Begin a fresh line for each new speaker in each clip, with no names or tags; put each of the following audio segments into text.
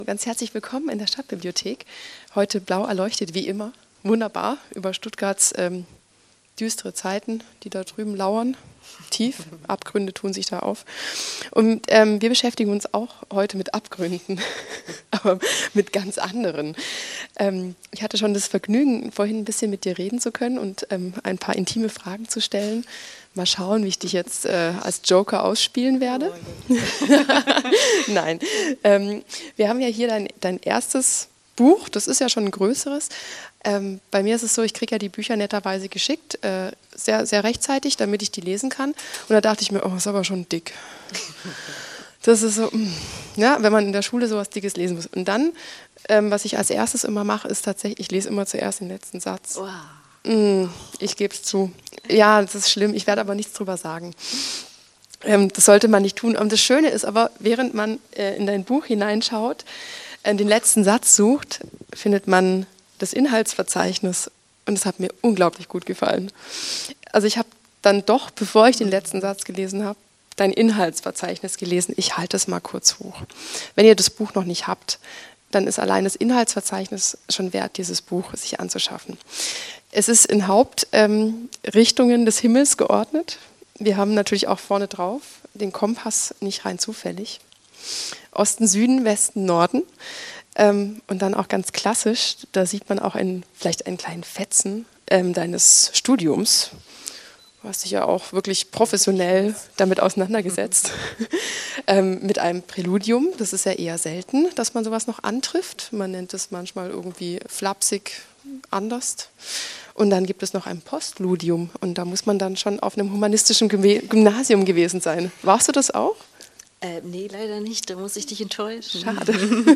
Ganz herzlich willkommen in der Stadtbibliothek. Heute blau erleuchtet, wie immer. Wunderbar, über Stuttgarts düstere Zeiten, die da drüben lauern. Tief, Abgründe tun sich da auf. Und wir beschäftigen uns auch heute mit Abgründen, aber mit ganz anderen. Ich hatte schon das Vergnügen, vorhin ein bisschen mit dir reden zu können und ein paar intime Fragen zu stellen. Mal schauen, wie ich dich jetzt als Joker ausspielen werde. Nein, wir haben ja hier dein erstes Buch, das ist ja schon ein größeres. Bei mir ist es so, ich kriege ja die Bücher netterweise geschickt, sehr, sehr rechtzeitig, damit ich die lesen kann. Und da dachte ich mir, oh, ist aber schon dick. Das ist so, ja, wenn man in der Schule sowas Dickes lesen muss. Und dann, was ich als erstes immer mache, ist tatsächlich, ich lese immer zuerst den letzten Satz.
Wow.
Ich gebe es zu. Ja, das ist schlimm, ich werde aber nichts drüber sagen. Das sollte man nicht tun. Und das Schöne ist aber, während man in dein Buch hineinschaut, den letzten Satz sucht, findet man das Inhaltsverzeichnis. Und es hat mir unglaublich gut gefallen. Also ich habe dann doch, bevor ich den letzten Satz gelesen habe, dein Inhaltsverzeichnis gelesen. Ich halte es mal kurz hoch. Wenn ihr das Buch noch nicht habt, dann ist allein das Inhaltsverzeichnis schon wert, dieses Buch sich anzuschaffen. Es ist in Hauptrichtungen des Himmels geordnet. Wir haben natürlich auch vorne drauf den Kompass, nicht rein zufällig. Osten, Süden, Westen, Norden. Und dann auch ganz klassisch, da sieht man auch vielleicht einen kleinen Fetzen deines Studiums. Du hast dich ja auch wirklich professionell damit auseinandergesetzt. Mit einem Präludium, das ist ja eher selten, dass man sowas noch antrifft. Man nennt es manchmal irgendwie flapsig anders. Und dann gibt es noch ein Postludium und da muss man dann schon auf einem humanistischen Gymnasium gewesen sein. Warst du das auch?
Nee, leider nicht, da muss ich dich enttäuschen.
Schade.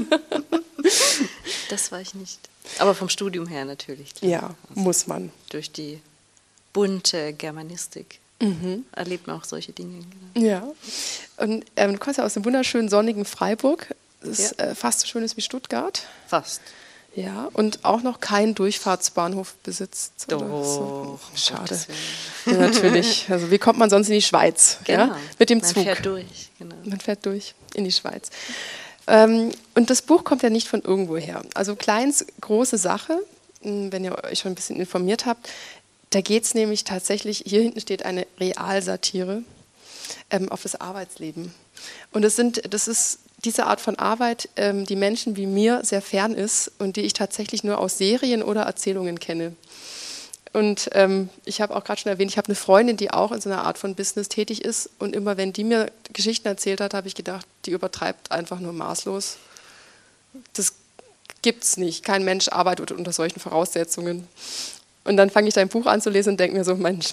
Das war ich nicht. Aber vom Studium her natürlich. Klar.
Ja,
also
muss man.
durch die bunte Germanistik erlebt man auch solche Dinge.
Genau. Ja, und du kommst ja aus dem wunderschönen sonnigen Freiburg. Das ist fast so schön ist wie Stuttgart.
Fast.
Ja, und auch noch keinen Durchfahrtsbahnhof besitzt.
Doch.
So. Schade. Ja, natürlich. Also wie kommt man sonst in die Schweiz?
Genau.
Ja? Mit dem Zug.
Man fährt durch. Genau.
Man fährt durch in die Schweiz. Und das Buch kommt ja nicht von irgendwo her. Also kleins, große Sache, wenn ihr euch schon ein bisschen informiert habt. Da geht es nämlich tatsächlich, hier hinten steht eine Realsatire auf das Arbeitsleben. Und das ist diese Art von Arbeit, die Menschen wie mir sehr fern ist und die ich tatsächlich nur aus Serien oder Erzählungen kenne. Und ich habe auch gerade schon erwähnt, ich habe eine Freundin, die auch in so einer Art von Business tätig ist. Und immer wenn die mir Geschichten erzählt hat, habe ich gedacht, die übertreibt einfach nur maßlos. Das gibt's nicht. Kein Mensch arbeitet unter solchen Voraussetzungen. Und dann fange ich dein Buch an zu lesen und denke mir so, Mensch.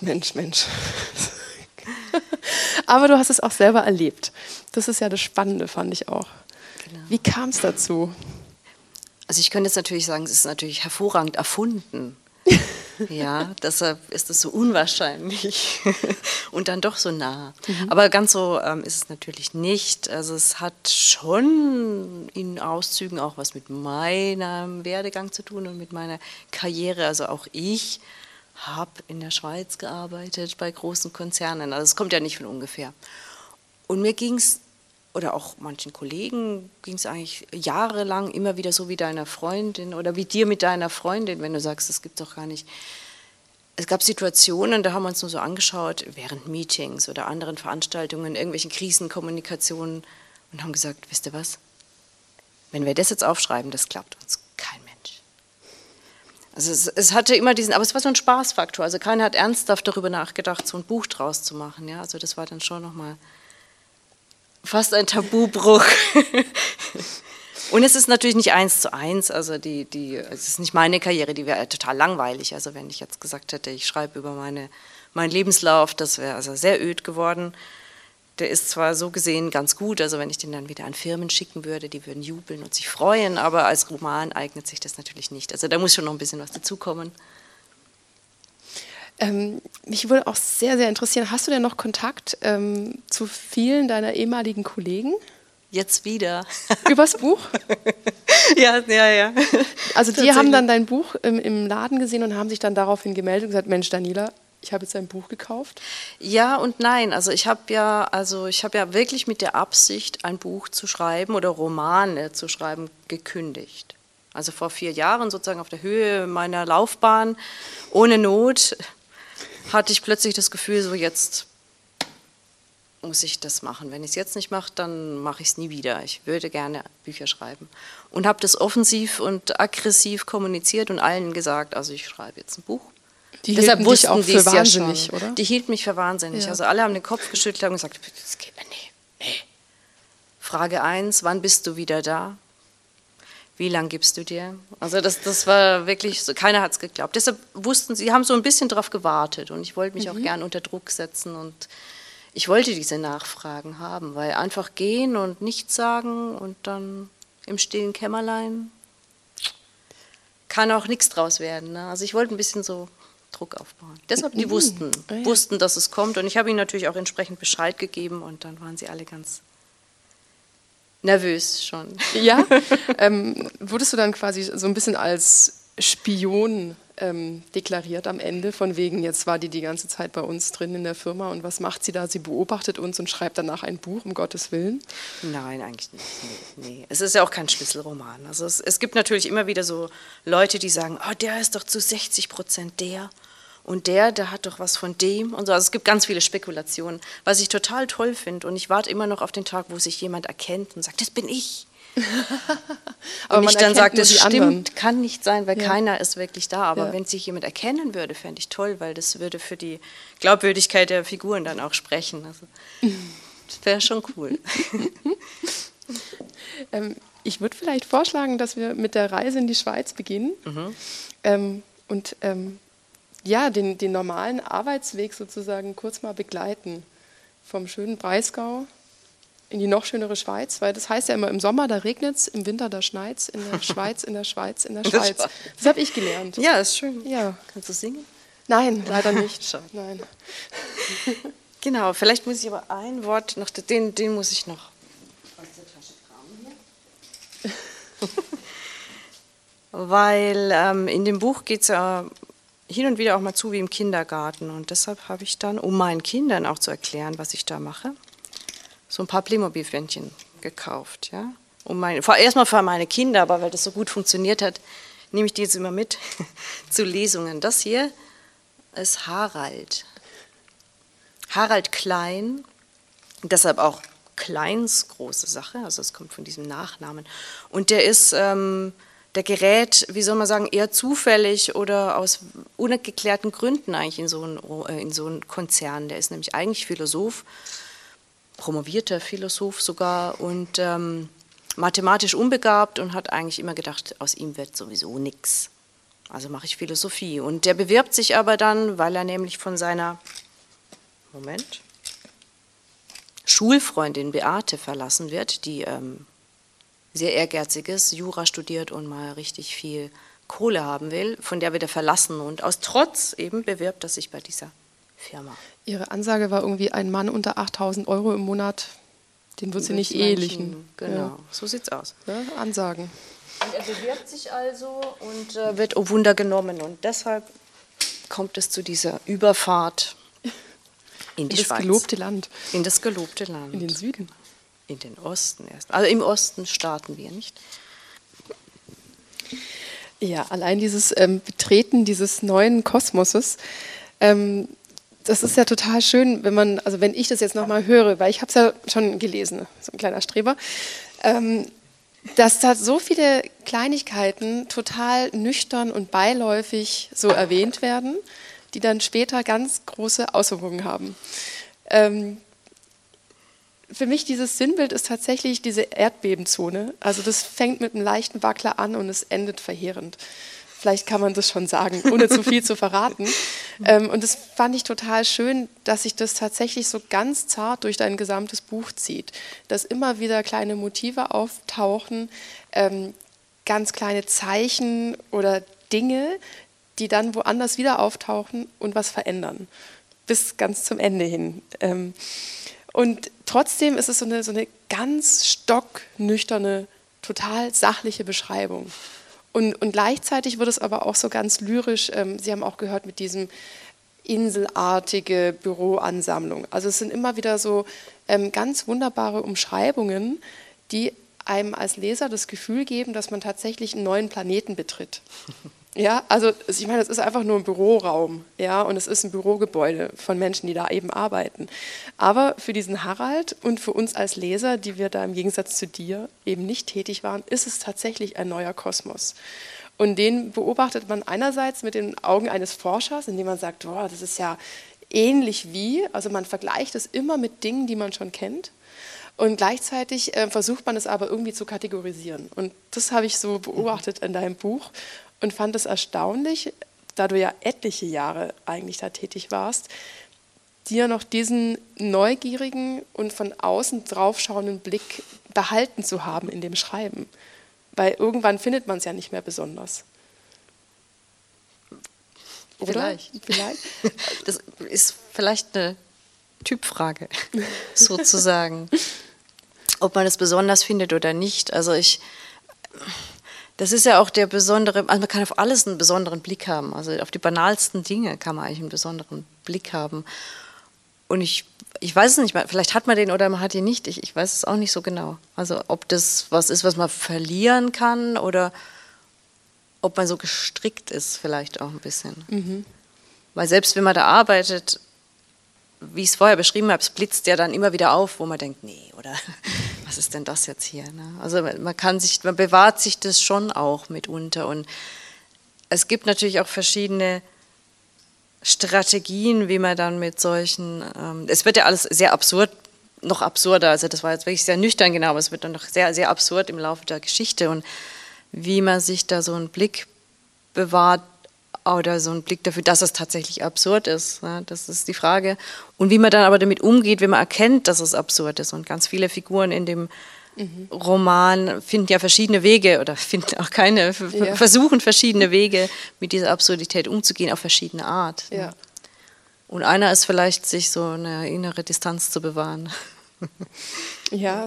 Aber du hast es auch selber erlebt. Das ist ja das Spannende, fand ich auch.
Genau.
Wie kam es dazu?
Also ich könnte jetzt natürlich sagen, es ist natürlich hervorragend erfunden. Ja, deshalb ist es so unwahrscheinlich und dann doch so nah. Aber ganz so ist es natürlich nicht. Also es hat schon in Auszügen auch was mit meinem Werdegang zu tun und mit meiner Karriere. Also auch ich habe in der Schweiz gearbeitet, bei großen Konzernen. Also es kommt ja nicht von ungefähr. Und mir ging es, oder auch manchen Kollegen ging es eigentlich jahrelang immer wieder so wie deiner Freundin oder wie dir mit deiner Freundin, wenn du sagst, das gibt es doch gar nicht. Es gab Situationen, da haben wir uns nur so angeschaut, während Meetings oder anderen Veranstaltungen, irgendwelchen Krisenkommunikationen und haben gesagt, wisst ihr was, wenn wir das jetzt aufschreiben, das klappt uns kein Mensch. Also es hatte immer diesen, aber es war so ein Spaßfaktor, also keiner hat ernsthaft darüber nachgedacht, so ein Buch draus zu machen, ja, also das war dann schon nochmal fast ein Tabubruch. Und es ist natürlich nicht 1:1, also es ist nicht meine Karriere, die wäre total langweilig. Also wenn ich jetzt gesagt hätte, ich schreibe über meinen Lebenslauf, das wäre also sehr öd geworden. Der ist zwar so gesehen ganz gut, also wenn ich den dann wieder an Firmen schicken würde, die würden jubeln und sich freuen, aber als Roman eignet sich das natürlich nicht. Also da muss schon noch ein bisschen was dazukommen.
Mich würde auch sehr, sehr interessieren, hast du denn noch Kontakt zu vielen deiner ehemaligen Kollegen?
Jetzt wieder.
Übers Buch?
Ja.
Also die haben dann dein Buch im Laden gesehen und haben sich dann daraufhin gemeldet und gesagt, Mensch, Daniela, ich habe jetzt ein Buch gekauft?
Ja und nein. Also ich habe ja wirklich mit der Absicht, ein Buch zu schreiben oder Romane zu schreiben, gekündigt. Also vor 4 Jahren, sozusagen auf der Höhe meiner Laufbahn, ohne Not, hatte ich plötzlich das Gefühl, so jetzt muss ich das machen. Wenn ich es jetzt nicht mache, dann mache ich es nie wieder. Ich würde gerne Bücher schreiben. Und habe das offensiv und aggressiv kommuniziert und allen gesagt, also ich schreibe jetzt ein Buch.
Deshalb wussten dich auch für wahnsinnig, ja, oder?
Die hielt mich für wahnsinnig. Ja. Also alle haben den Kopf geschüttelt und gesagt, das geht mir nee. Frage 1, wann bist du wieder da? Wie lange gibst du dir? Also das war wirklich so, keiner hat es geglaubt. Deshalb wussten sie, haben so ein bisschen darauf gewartet und ich wollte mich auch gern unter Druck setzen und ich wollte diese Nachfragen haben, weil einfach gehen und nichts sagen und dann im stillen Kämmerlein kann auch nichts draus werden. Ne? Also ich wollte ein bisschen so Druck aufbauen. Deshalb, die wussten, dass es kommt und ich habe ihnen natürlich auch entsprechend Bescheid gegeben und dann waren sie alle ganz nervös schon.
Ja, wurdest du dann quasi so ein bisschen als Spion deklariert am Ende, von wegen, jetzt war die ganze Zeit bei uns drin in der Firma und was macht sie da? Sie beobachtet uns und schreibt danach ein Buch, um Gottes Willen?
Nein, eigentlich nicht. Nee. Es ist ja auch kein Schlüsselroman. Also es gibt natürlich immer wieder so Leute, die sagen, oh, der ist doch zu 60% der und der hat doch was von dem und so. Also es gibt ganz viele Spekulationen, was ich total toll finde und ich warte immer noch auf den Tag, wo sich jemand erkennt und sagt, das bin ich.
Aber
und ich dann sage, das stimmt,
anderen.
Kann nicht sein, weil keiner ist wirklich da. Aber wenn sich jemand erkennen würde, fände ich toll, weil das würde für die Glaubwürdigkeit der Figuren dann auch sprechen. Also, das wäre schon cool.
Ich würde vielleicht vorschlagen, dass wir mit der Reise in die Schweiz beginnen und den normalen Arbeitsweg sozusagen kurz mal begleiten. Vom schönen Breisgau in die noch schönere Schweiz, weil das heißt ja immer, im Sommer da regnet es, im Winter da schneit es, in der Schweiz, in der Schweiz, in der Schweiz. Das habe ich gelernt.
Ja, ist schön.
Ja.
Kannst du singen?
Nein, leider nicht. Nein.
Genau, vielleicht muss ich aber ein Wort noch, den muss ich noch aus der Tasche kramen hier. Weil in dem Buch geht es ja hin und wieder auch mal zu wie im Kindergarten und deshalb habe ich dann, um meinen Kindern auch zu erklären, was ich da mache, so ein paar Playmobil-Fähnchen gekauft. Ja? Erstmal für meine Kinder, aber weil das so gut funktioniert hat, nehme ich die jetzt immer mit zu Lesungen. Das hier ist Harald. Harald Klein, deshalb auch Kleins große Sache, also es kommt von diesem Nachnamen. Und der ist, der gerät, wie soll man sagen, eher zufällig oder aus ungeklärten Gründen eigentlich in so einen Konzern. Der ist nämlich eigentlich Philosoph, promovierter Philosoph sogar und mathematisch unbegabt und hat eigentlich immer gedacht, aus ihm wird sowieso nichts. Also mache ich Philosophie. Und der bewirbt sich aber dann, weil er nämlich von seiner Schulfreundin Beate verlassen wird, die sehr ehrgeizig ist, Jura studiert und mal richtig viel Kohle haben will, von der wird er verlassen und aus Trotz eben bewirbt er sich bei dieser Firma.
Ihre Ansage war irgendwie, ein Mann unter 8.000 € im Monat, den wird sie nicht ehelichen.
Genau, so sieht's aus.
Ja, Ansagen.
Und er bewirbt sich also und wird oh Wunder genommen und deshalb kommt es zu dieser Überfahrt in die Schweiz.
In das gelobte Land.
In das gelobte Land.
In den Süden.
In den Osten erst. Also im Osten starten wir nicht.
Ja, allein dieses Betreten dieses neuen Kosmoses, das ist ja total schön, wenn ich das jetzt nochmal höre, weil ich habe es ja schon gelesen, so ein kleiner Streber, dass da so viele Kleinigkeiten total nüchtern und beiläufig so erwähnt werden, die dann später ganz große Auswirkungen haben. Für mich dieses Sinnbild ist tatsächlich diese Erdbebenzone. Also das fängt mit einem leichten Wackler an und es endet verheerend. Vielleicht kann man das schon sagen, ohne zu viel zu verraten. Und das fand ich total schön, dass sich das tatsächlich so ganz zart durch dein gesamtes Buch zieht. Dass immer wieder kleine Motive auftauchen, ganz kleine Zeichen oder Dinge, die dann woanders wieder auftauchen und was verändern. Bis ganz zum Ende hin. Und trotzdem ist es so eine ganz stocknüchterne, total sachliche Beschreibung. Und gleichzeitig wird es aber auch so ganz lyrisch, Sie haben auch gehört, mit diesem inselartige Büroansammlung. Also es sind immer wieder so ganz wunderbare Umschreibungen, die einem als Leser das Gefühl geben, dass man tatsächlich einen neuen Planeten betritt. Ja, also ich meine, es ist einfach nur ein Büroraum, ja, und es ist ein Bürogebäude von Menschen, die da eben arbeiten. Aber für diesen Harald und für uns als Leser, die wir da im Gegensatz zu dir eben nicht tätig waren, ist es tatsächlich ein neuer Kosmos. Und den beobachtet man einerseits mit den Augen eines Forschers, indem man sagt, boah, das ist ja ähnlich wie, also man vergleicht es immer mit Dingen, die man schon kennt. Und gleichzeitig versucht man es aber irgendwie zu kategorisieren. Und das habe ich so beobachtet in deinem Buch und fand es erstaunlich, da du ja etliche Jahre eigentlich da tätig warst, dir noch diesen neugierigen und von außen draufschauenden Blick behalten zu haben in dem Schreiben. Weil irgendwann findet man es ja nicht mehr besonders. Oder?
Vielleicht. Das ist vielleicht eine Typfrage, sozusagen. Ob man es besonders findet oder nicht. Also das ist ja auch der besondere, also man kann auf alles einen besonderen Blick haben. Also auf die banalsten Dinge kann man eigentlich einen besonderen Blick haben. Und ich weiß es nicht, vielleicht hat man den oder man hat ihn nicht. Ich weiß es auch nicht so genau. Also ob das was ist, was man verlieren kann oder ob man so gestrickt ist, vielleicht auch ein bisschen. Mhm. Weil selbst wenn man da arbeitet, wie ich es vorher beschrieben habe, es blitzt ja dann immer wieder auf, wo man denkt, nee, oder was ist denn das jetzt hier? Ne? Also man bewahrt sich das schon auch mitunter. Und es gibt natürlich auch verschiedene Strategien, wie man dann mit solchen, es wird ja alles sehr absurd, noch absurder, also das war jetzt wirklich sehr nüchtern genau, aber es wird dann noch sehr, sehr absurd im Laufe der Geschichte und wie man sich da so einen Blick bewahrt oder so einen Blick dafür, dass es tatsächlich absurd ist, ne? Das ist die Frage. Und wie man dann aber damit umgeht, wenn man erkennt, dass es absurd ist und ganz viele Figuren in dem Roman finden ja verschiedene Wege oder finden auch keine, versuchen verschiedene Wege, mit dieser Absurdität umzugehen, auf verschiedene Art. Ja. Ne? Und einer ist vielleicht, sich so eine innere Distanz zu bewahren.
Ja,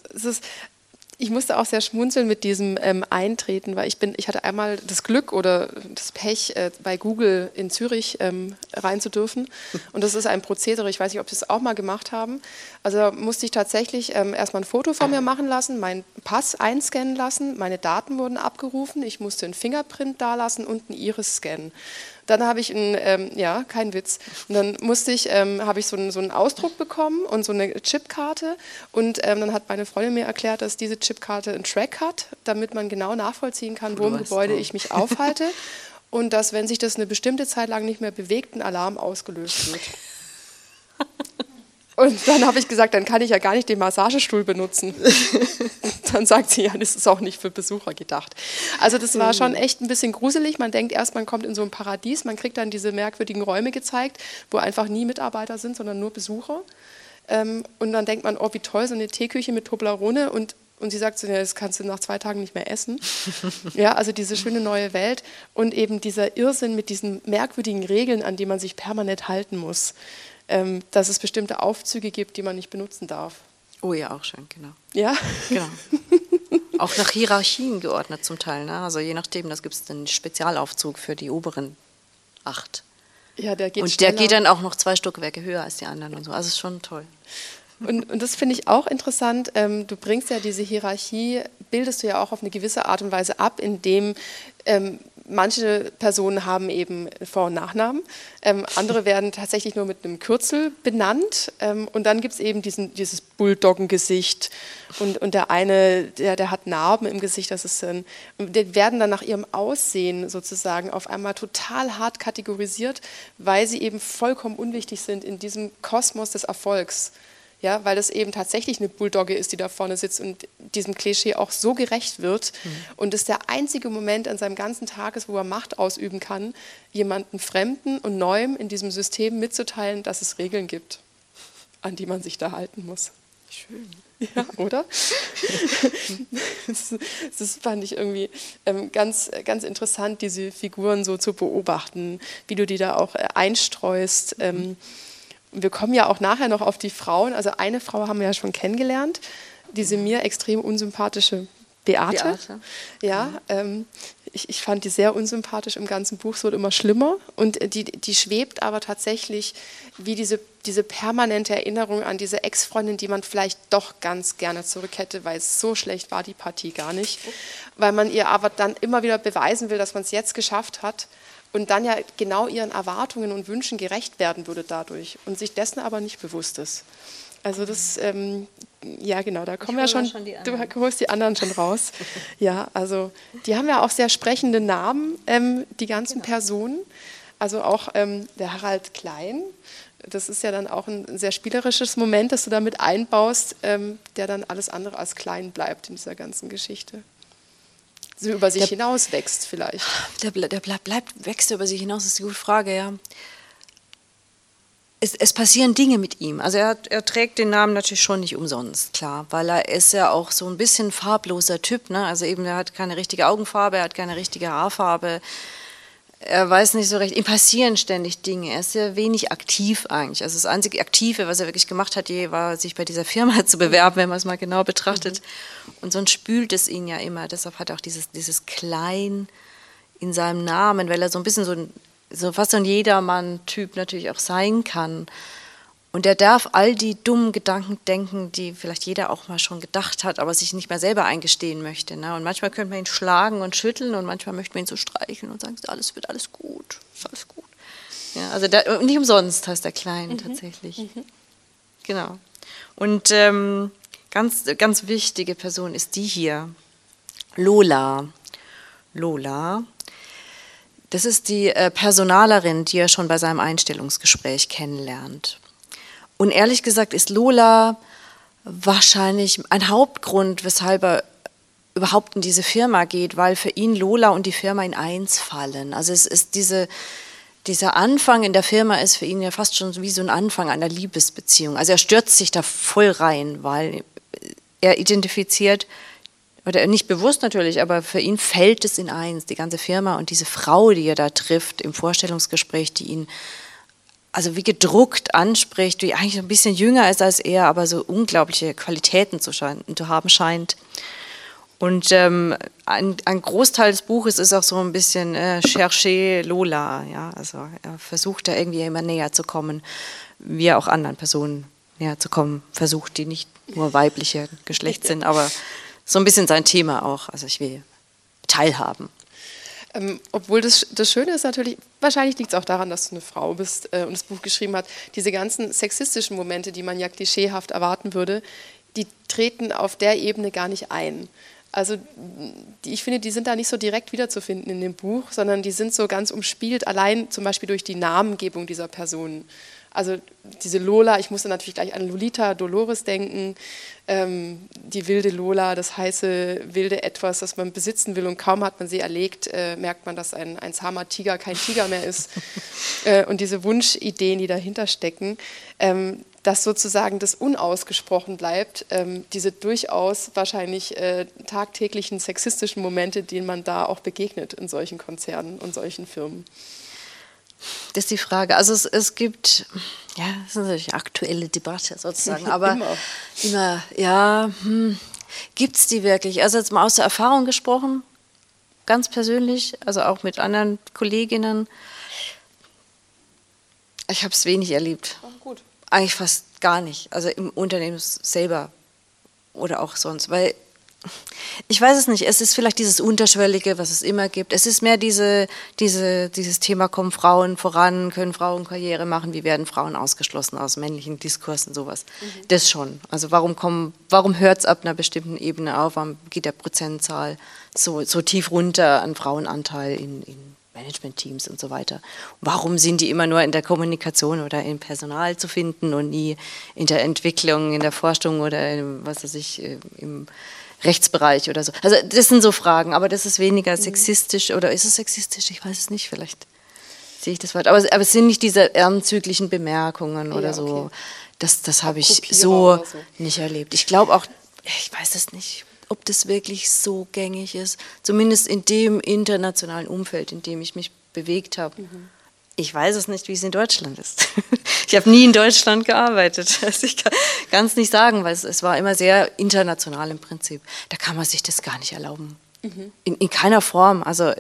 ich musste auch sehr schmunzeln mit diesem Eintreten, weil ich hatte einmal das Glück oder das Pech, bei Google in Zürich rein zu dürfen. Und das ist ein Prozedere, ich weiß nicht, ob Sie es auch mal gemacht haben. Also da musste ich tatsächlich erstmal ein Foto von mir machen lassen, meinen Pass einscannen lassen, meine Daten wurden abgerufen, ich musste einen Fingerprint dalassen und einen Iris scannen. Dann habe ich kein Witz. Und dann habe ich so einen Ausdruck bekommen und so eine Chipkarte. Und dann hat meine Freundin mir erklärt, dass diese Chipkarte einen Track hat, damit man genau nachvollziehen kann, wo im Gebäude ich mich aufhalte. Und dass, wenn sich das eine bestimmte Zeit lang nicht mehr bewegt, ein Alarm ausgelöst wird. Und dann habe ich gesagt, dann kann ich ja gar nicht den Massagestuhl benutzen. Dann sagt sie, ja, das ist auch nicht für Besucher gedacht. Also das war schon echt ein bisschen gruselig. Man denkt erst, man kommt in so ein Paradies, man kriegt dann diese merkwürdigen Räume gezeigt, wo einfach nie Mitarbeiter sind, sondern nur Besucher. Und dann denkt man, oh, wie toll, so eine Teeküche mit Toblerone und sie sagt so, ja, das kannst du nach 2 Tagen nicht mehr essen. Ja, also diese schöne neue Welt und eben dieser Irrsinn mit diesen merkwürdigen Regeln, an die man sich permanent halten muss. Dass es bestimmte Aufzüge gibt, die man nicht benutzen darf.
Oh ja, auch schön, genau.
Ja?
Genau. Auch nach Hierarchien geordnet zum Teil. Ne? Also je nachdem, das gibt es einen Spezialaufzug für die oberen 8.
Ja, der geht
und schneller. Der geht dann auch noch 2 Stockwerke höher als die anderen und so. Also ist schon toll.
Und das finde ich auch interessant. Du bringst ja diese Hierarchie, bildest du ja auch auf eine gewisse Art und Weise ab, indem manche Personen haben eben Vor- und Nachnamen, andere werden tatsächlich nur mit einem Kürzel benannt und dann gibt es eben dieses Bulldoggengesicht und der eine, der hat Narben im Gesicht, die werden dann nach ihrem Aussehen sozusagen auf einmal total hart kategorisiert, weil sie eben vollkommen unwichtig sind in diesem Kosmos des Erfolgs. Ja, weil das eben tatsächlich eine Bulldogge ist, die da vorne sitzt und diesem Klischee auch so gerecht wird. Und es der einzige Moment an seinem ganzen Tag ist, wo er Macht ausüben kann, jemanden Fremden und Neuem in diesem System mitzuteilen, dass es Regeln gibt, an die man sich da halten muss.
Schön.
Ja, oder? Das fand ich irgendwie ganz, ganz interessant, diese Figuren so zu beobachten, wie du die da auch einstreust. Wir kommen ja auch nachher noch auf die Frauen. Also eine Frau haben wir ja schon kennengelernt, diese mir extrem unsympathische Beate. Ja, ich fand die sehr unsympathisch im ganzen Buch, es wird immer schlimmer. Und die schwebt aber tatsächlich wie diese permanente Erinnerung an diese Ex-Freundin, die man vielleicht doch ganz gerne zurück hätte, weil so schlecht war die Partie gar nicht. Weil man ihr aber dann immer wieder beweisen will, dass man es jetzt geschafft hat und dann ja genau ihren Erwartungen und Wünschen gerecht werden würde dadurch und sich dessen aber nicht bewusst ist. Also das, ja genau, da kommen ja schon du holst die anderen schon raus. Ja, also die haben ja auch sehr sprechende Namen, die ganzen Personen. Also auch der Harald Klein, das ist ja dann auch ein sehr spielerisches Moment, das du damit einbaust, der dann alles andere als klein bleibt in dieser ganzen Geschichte. So über sich hinaus wächst vielleicht.
Wächst über sich hinaus, ist eine gute Frage, ja. Es passieren Dinge mit ihm. Also er trägt den Namen natürlich schon nicht umsonst, klar, weil er ist ja auch so ein bisschen farbloser Typ, ne? Also eben, er hat keine richtige Augenfarbe, er hat keine richtige Haarfarbe, er weiß nicht so recht, ihm passieren ständig Dinge, er ist sehr wenig aktiv eigentlich. Also das einzige Aktive, was er wirklich gemacht hat, war, sich bei dieser Firma zu bewerben, wenn man es mal genau betrachtet. Und sonst spült es ihn ja immer, deshalb hat er auch dieses Klein in seinem Namen, weil er so ein bisschen so fast so ein Jedermann-Typ natürlich auch sein kann. Und er darf all die dummen Gedanken denken, die vielleicht jeder auch mal schon gedacht hat, aber sich nicht mehr selber eingestehen möchte. Ne? Und manchmal könnte man ihn schlagen und schütteln und manchmal möchte man ihn so streicheln und sagen, alles wird alles gut, ist alles gut. Ja, also nicht umsonst heißt der Klein tatsächlich. Genau. Und ganz, ganz wichtige Person ist die hier, Lola. Das ist die Personalerin, die er schon bei seinem Einstellungsgespräch kennenlernt. Und ehrlich gesagt ist Lola wahrscheinlich ein Hauptgrund, weshalb er überhaupt in diese Firma geht, weil für ihn Lola und die Firma in eins fallen. Also es ist dieser Anfang in der Firma ist für ihn ja fast schon wie so ein Anfang einer Liebesbeziehung. Also er stürzt sich da voll rein, weil er identifiziert, oder nicht bewusst natürlich, aber für ihn fällt es in eins, die ganze Firma und diese Frau, die er da trifft im Vorstellungsgespräch, die ihn also wie gedruckt anspricht, die eigentlich ein bisschen jünger ist als er, aber so unglaubliche Qualitäten zu haben scheint. Und ein Großteil des Buches ist auch so ein bisschen Chercher Lola, ja, also er versucht da irgendwie immer näher zu kommen, wie er auch anderen Personen näher zu kommen versucht, die nicht nur weibliche Geschlecht sind, aber so ein bisschen sein Thema auch, also ich will teilhaben.
Obwohl das Schöne ist natürlich, wahrscheinlich liegt es auch daran, dass du eine Frau bist und das Buch geschrieben hast, diese ganzen sexistischen Momente, die man ja klischeehaft erwarten würde, die treten auf der Ebene gar nicht ein. Also ich finde, die sind da nicht so direkt wiederzufinden in dem Buch, sondern die sind so ganz umspielt, allein zum Beispiel durch die Namengebung dieser Personen. Also diese Lola, ich musste natürlich gleich an Lolita Dolores denken, die wilde Lola, das heiße wilde Etwas, das man besitzen will und kaum hat man sie erlegt, merkt man, dass ein zahmer Tiger kein Tiger mehr ist. Und diese Wunschideen, die dahinter stecken, dass sozusagen das unausgesprochen bleibt, diese durchaus wahrscheinlich tagtäglichen sexistischen Momente, denen man da auch begegnet in solchen Konzernen und solchen Firmen.
Das ist die Frage. Also es gibt, ja, das ist natürlich eine aktuelle Debatte sozusagen, aber gibt es die wirklich? Also jetzt mal aus der Erfahrung gesprochen, ganz persönlich, also auch mit anderen Kolleginnen, ich habe es wenig erlebt.
Ach, gut.
Eigentlich fast gar nicht, also im Unternehmen selber oder auch sonst, weil ich weiß es nicht, es ist vielleicht dieses Unterschwellige, was es immer gibt. Es ist mehr dieses Thema, kommen Frauen voran, können Frauen Karriere machen, wie werden Frauen ausgeschlossen aus männlichen Diskursen, sowas. Das schon. Also warum hört es ab einer bestimmten Ebene auf, warum geht der Prozentzahl so tief runter an Frauenanteil in Management-Teams und so weiter. Warum sind die immer nur in der Kommunikation oder im Personal zu finden und nie in der Entwicklung, in der Forschung oder im Rechtsbereich oder so. Also das sind so Fragen, aber das ist weniger sexistisch oder ist es sexistisch? Ich weiß es nicht, vielleicht sehe ich das falsch. Aber es sind nicht diese anzüglichen Bemerkungen oder so. Okay. Das habe ich so nicht erlebt. Ich glaube auch, ich weiß es nicht, ob das wirklich so gängig ist. Zumindest in dem internationalen Umfeld, in dem ich mich bewegt habe. Ich weiß es nicht, wie es in Deutschland ist. Ich habe nie in Deutschland gearbeitet. Also ich kann es nicht sagen, weil es war immer sehr international im Prinzip. Da kann man sich das gar nicht erlauben. In keiner Form. Also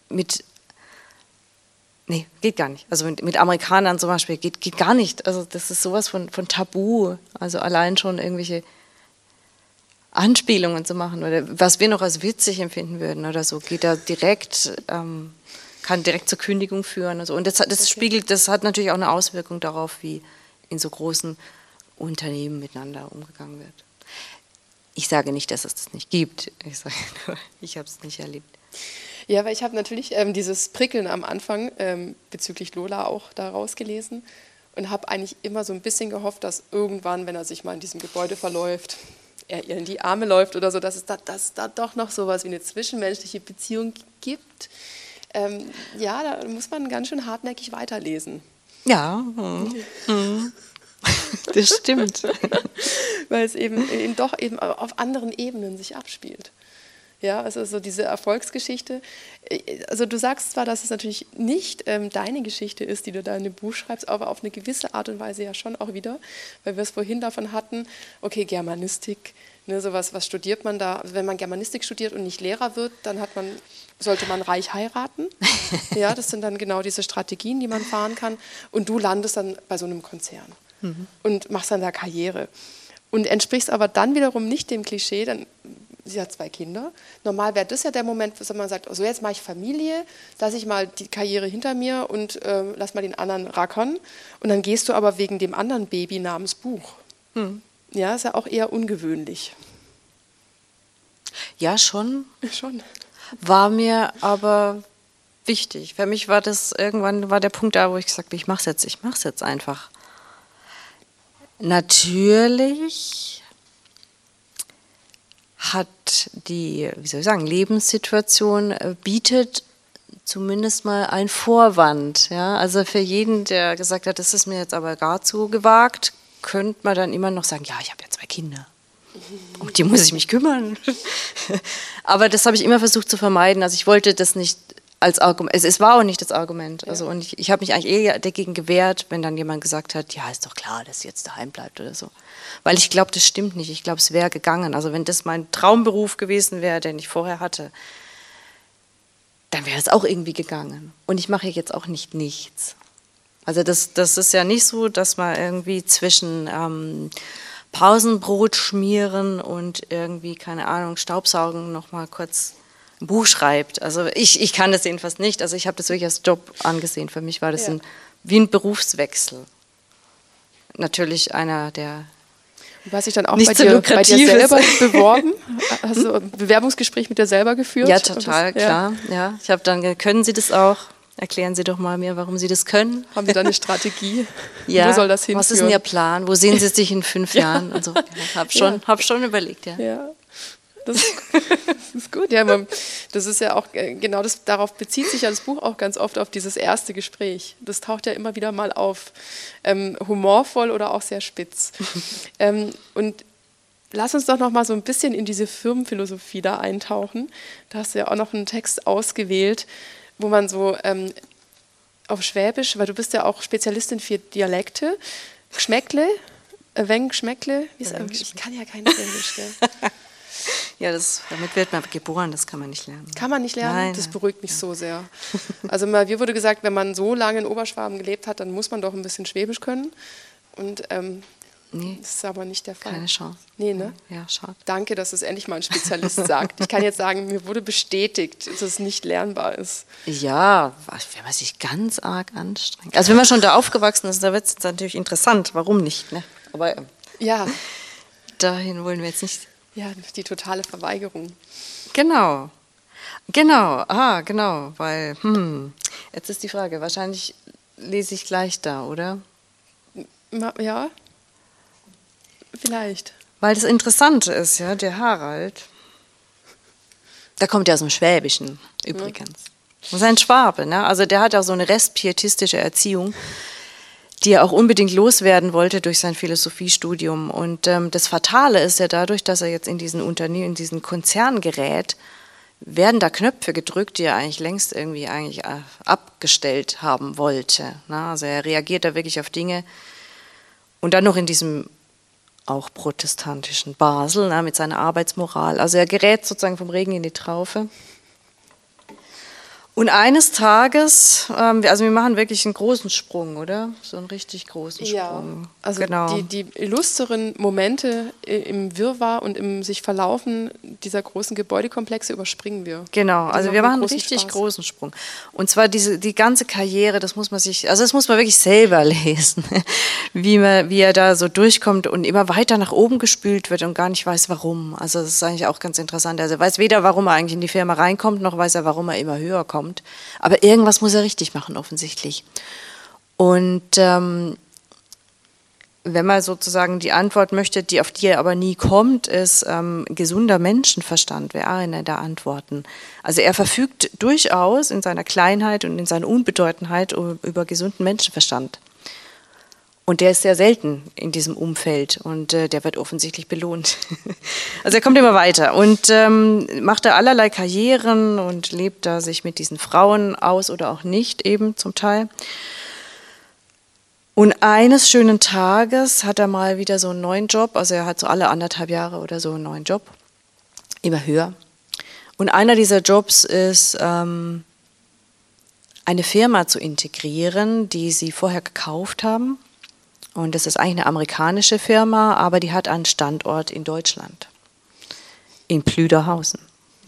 nee, geht gar nicht. Also mit Amerikanern zum Beispiel geht gar nicht. Also das ist sowas von Tabu. Also allein schon irgendwelche Anspielungen zu machen oder was wir noch als witzig empfinden würden oder so, geht da direkt, kann direkt zur Kündigung führen. Und, so. Und das hat natürlich auch eine Auswirkung darauf, wie in so großen Unternehmen miteinander umgegangen wird. Ich sage nicht, dass es das nicht gibt. Ich sage nur, ich habe es nicht erlebt.
Ja, weil ich habe natürlich dieses Prickeln am Anfang bezüglich Lola auch da rausgelesen und habe eigentlich immer so ein bisschen gehofft, dass irgendwann, wenn er sich mal in diesem Gebäude verläuft, er ihr in die Arme läuft oder so, dass es da doch noch sowas wie eine zwischenmenschliche Beziehung gibt. Ja, da muss man ganz schön hartnäckig weiterlesen.
Ja, das stimmt.
Weil es eben doch auf anderen Ebenen sich abspielt. Ja, also so diese Erfolgsgeschichte. Also du sagst zwar, dass es natürlich nicht deine Geschichte ist, die du da in dem Buch schreibst, aber auf eine gewisse Art und Weise ja schon auch wieder, weil wir es vorhin davon hatten, okay, Germanistik, ne, sowas, was studiert man da? Also wenn man Germanistik studiert und nicht Lehrer wird, dann sollte man reich heiraten. Ja, das sind dann genau diese Strategien, die man fahren kann. Und du landest dann bei so einem Konzern und machst dann da Karriere. Und entsprichst aber dann wiederum nicht dem Klischee, dann sie hat 2 Kinder. Normal wäre das ja der Moment, wo man sagt, so jetzt mache ich Familie, lasse ich mal die Karriere hinter mir und lass mal den anderen rackern. Und dann gehst du aber wegen dem anderen Baby namens Buch. Ja, ist ja auch eher ungewöhnlich.
Ja, schon.
Schon.
War mir aber wichtig. Für mich war das irgendwann der Punkt da, wo ich gesagt habe, ich mache es jetzt einfach. Natürlich hat die, wie soll ich sagen, Lebenssituation bietet zumindest mal einen Vorwand. Ja? Also für jeden, der gesagt hat, das ist mir jetzt aber gar zu gewagt, könnte man dann immer noch sagen, ja, ich habe ja 2 Kinder. Um die muss ich mich kümmern. Aber das habe ich immer versucht zu vermeiden. Also ich wollte das nicht als Argument, es war auch nicht das Argument. Also, und ich habe mich eigentlich eher dagegen gewehrt, wenn dann jemand gesagt hat, ja, ist doch klar, dass sie jetzt daheim bleibt oder so. Weil ich glaube, das stimmt nicht. Ich glaube, es wäre gegangen. Also wenn das mein Traumberuf gewesen wäre, den ich vorher hatte, dann wäre es auch irgendwie gegangen. Und ich mache jetzt auch nicht nichts. Also das ist ja nicht so, dass man irgendwie zwischen Pausenbrot schmieren und irgendwie, keine Ahnung, Staubsaugen noch mal kurz ein Buch schreibt. Also ich kann das jedenfalls nicht. Also ich habe das wirklich als Job angesehen. Für mich war das wie ein Berufswechsel. Natürlich einer, der
Du hast dich dann auch
nicht
bei
so
dir
lukrativ
selber
ist.
beworben? Hast du ein Bewerbungsgespräch mit dir selber geführt?
Ja, total, klar. Ja. Ich habe dann, können Sie das auch? Erklären Sie doch mal mir, warum Sie das können.
Haben Sie da eine Strategie?
Ja.
Wo soll das hinführen?
Was ist denn Ihr Plan? Wo sehen Sie sich in 5 Jahren? Und so. Ja, hab schon überlegt, ja.
Ja. Das ist gut. Ja, das ist ja auch genau das, darauf bezieht sich ja das Buch auch ganz oft auf dieses erste Gespräch. Das taucht ja immer wieder mal auf. Humorvoll oder auch sehr spitz. Und lass uns doch noch mal so ein bisschen in diese Firmenphilosophie da eintauchen. Da hast du ja auch noch einen Text ausgewählt, wo man so auf Schwäbisch, weil du bist ja auch Spezialistin für Dialekte, Geschmäckle, Weng Geschmäckle, ich kann ja kein Englisch, gell?
Ja, damit wird man geboren, das kann man nicht lernen.
Kann man nicht lernen?
Nein,
das beruhigt mich so sehr. Also mir wurde gesagt, wenn man so lange in Oberschwaben gelebt hat, dann muss man doch ein bisschen Schwäbisch können. Und
nee,
das ist aber nicht der Fall.
keine Chance.
Nee, ne?
Ja, schade.
Danke, dass es endlich mal ein Spezialist sagt. Ich kann jetzt sagen, mir wurde bestätigt, dass es nicht lernbar ist.
Ja, wenn man sich ganz arg anstrengt. Also wenn man schon da aufgewachsen ist, da wird es natürlich interessant. Warum nicht? Ne? Aber
ja,
dahin wollen wir jetzt nicht.
ja, die totale Verweigerung.
Genau, weil, jetzt ist die Frage, wahrscheinlich lese ich gleich da, oder?
Ja, vielleicht.
Weil das Interessante ist, ja, der Harald, der kommt ja aus dem Schwäbischen übrigens. Das ist ein Schwabe, ne? Also der hat auch so eine restpietistische Erziehung, die er auch unbedingt loswerden wollte durch sein Philosophiestudium. Und das Fatale ist ja dadurch, dass er jetzt in diesen Unternehmen, in diesen Konzern gerät, werden da Knöpfe gedrückt, die er eigentlich längst irgendwie abgestellt haben wollte. Na, also er reagiert da wirklich auf Dinge. Und dann noch in diesem auch protestantischen Basel, na, mit seiner Arbeitsmoral. Also er gerät sozusagen vom Regen in die Traufe. Und eines Tages, also wir machen wirklich einen großen Sprung, oder? So einen richtig großen Sprung.
Ja, also genau. Die illustren Momente im Wirrwarr und im sich Verlaufen dieser großen Gebäudekomplexe überspringen wir.
Genau, also wir machen einen richtig großen Sprung. Und zwar die ganze Karriere, das muss man wirklich selber lesen, wie er da so durchkommt und immer weiter nach oben gespült wird und gar nicht weiß, warum. Also das ist eigentlich auch ganz interessant. Also er weiß weder, warum er eigentlich in die Firma reinkommt, noch weiß er, warum er immer höher kommt. Aber irgendwas muss er richtig machen, offensichtlich. Und wenn man sozusagen die Antwort möchte, auf die er aber nie kommt, ist gesunder Menschenverstand, wäre eine der Antworten. Also er verfügt durchaus in seiner Kleinheit und in seiner Unbedeutendheit über gesunden Menschenverstand. Und der ist sehr selten in diesem Umfeld und der wird offensichtlich belohnt. Also er kommt immer weiter und macht da allerlei Karrieren und lebt da sich mit diesen Frauen aus oder auch nicht eben zum Teil. Und eines schönen Tages hat er mal wieder so einen neuen Job, also er hat so alle 1,5 Jahre oder so einen neuen Job, immer höher. Und einer dieser Jobs ist, eine Firma zu integrieren, die sie vorher gekauft haben. Und das ist eigentlich eine amerikanische Firma, aber die hat einen Standort in Deutschland, in Plüderhausen.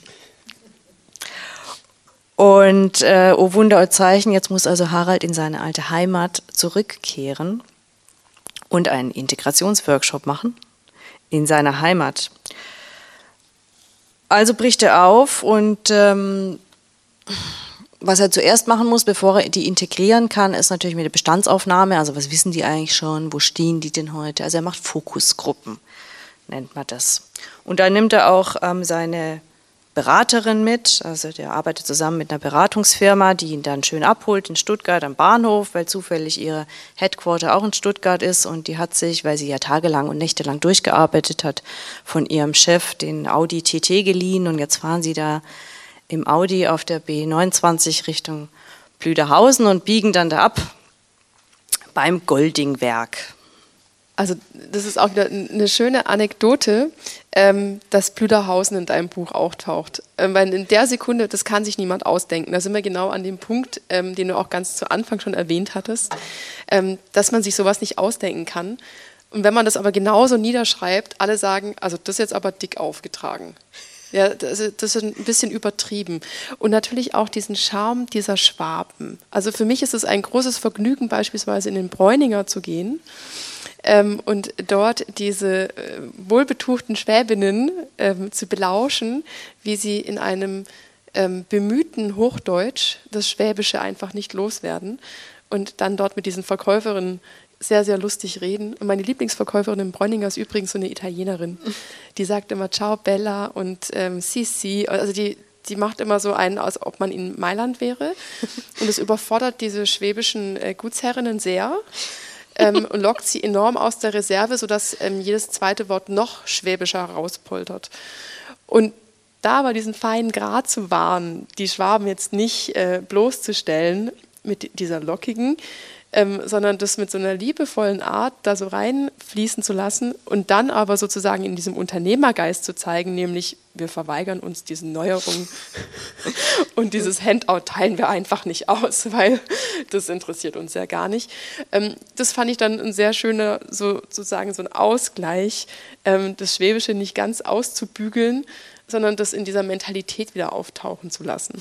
Und oh Wunder, oh Zeichen, jetzt muss also Harald in seine alte Heimat zurückkehren und einen Integrationsworkshop machen in seiner Heimat. Also bricht er auf und was er zuerst machen muss, bevor er die integrieren kann, ist natürlich mit der Bestandsaufnahme, also was wissen die eigentlich schon, wo stehen die denn heute? Also er macht Fokusgruppen, nennt man das. Und da nimmt er auch seine Beraterin mit, also der arbeitet zusammen mit einer Beratungsfirma, die ihn dann schön abholt in Stuttgart am Bahnhof, weil zufällig ihre Headquarter auch in Stuttgart ist und die hat sich, weil sie ja tagelang und nächtelang durchgearbeitet hat, von ihrem Chef den Audi TT geliehen und jetzt fahren sie da im Audi auf der B29 Richtung Plüderhausen und biegen dann da ab beim Goldingwerk.
Also das ist auch wieder eine schöne Anekdote, dass Plüderhausen in deinem Buch auch taucht. Weil in der Sekunde, das kann sich niemand ausdenken. Da sind wir genau an dem Punkt, den du auch ganz zu Anfang schon erwähnt hattest, dass man sich sowas nicht ausdenken kann. Und wenn man das aber genauso niederschreibt, alle sagen, also das ist jetzt aber dick aufgetragen. Ja, das ist ein bisschen übertrieben. Und natürlich auch diesen Charme dieser Schwaben. Also für mich ist es ein großes Vergnügen, beispielsweise in den Bräuninger zu gehen und dort diese wohlbetuchten Schwäbinnen zu belauschen, wie sie in einem bemühten Hochdeutsch das Schwäbische einfach nicht loswerden und dann dort mit diesen Verkäuferinnen sehr, sehr lustig reden. Und meine Lieblingsverkäuferin im Bräuninger ist übrigens so eine Italienerin. Die sagt immer Ciao Bella und Si. Also die macht immer so einen, als ob man in Mailand wäre. Und es überfordert diese schwäbischen Gutsherrinnen sehr und lockt sie enorm aus der Reserve, sodass jedes zweite Wort noch schwäbischer rauspoltert. Und da aber diesen feinen Grat zu wahren, die Schwaben jetzt nicht bloßzustellen mit dieser lockigen, sondern das mit so einer liebevollen Art da so reinfließen zu lassen und dann aber sozusagen in diesem Unternehmergeist zu zeigen, nämlich wir verweigern uns diesen Neuerungen und dieses Handout teilen wir einfach nicht aus, weil das interessiert uns ja gar nicht. Das fand ich dann ein sehr schöner, sozusagen so ein Ausgleich, das Schwäbische nicht ganz auszubügeln, sondern das in dieser Mentalität wieder auftauchen zu lassen.